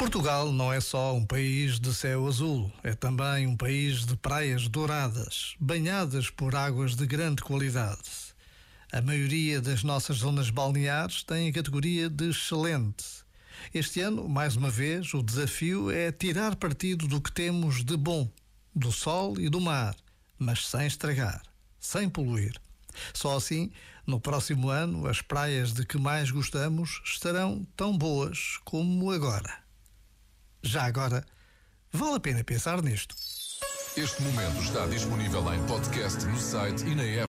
Portugal não é só um país de céu azul, é também um país de praias douradas, banhadas por águas de grande qualidade. A maioria das nossas zonas balneares tem a categoria de excelente. Este ano, mais uma vez, o desafio é tirar partido do que temos de bom, do sol e do mar, mas sem estragar, sem poluir. Só assim, no próximo ano, as praias de que mais gostamos estarão tão boas como agora. Já agora, vale a pena pensar nisto. Este momento está disponível em podcast no site e na app.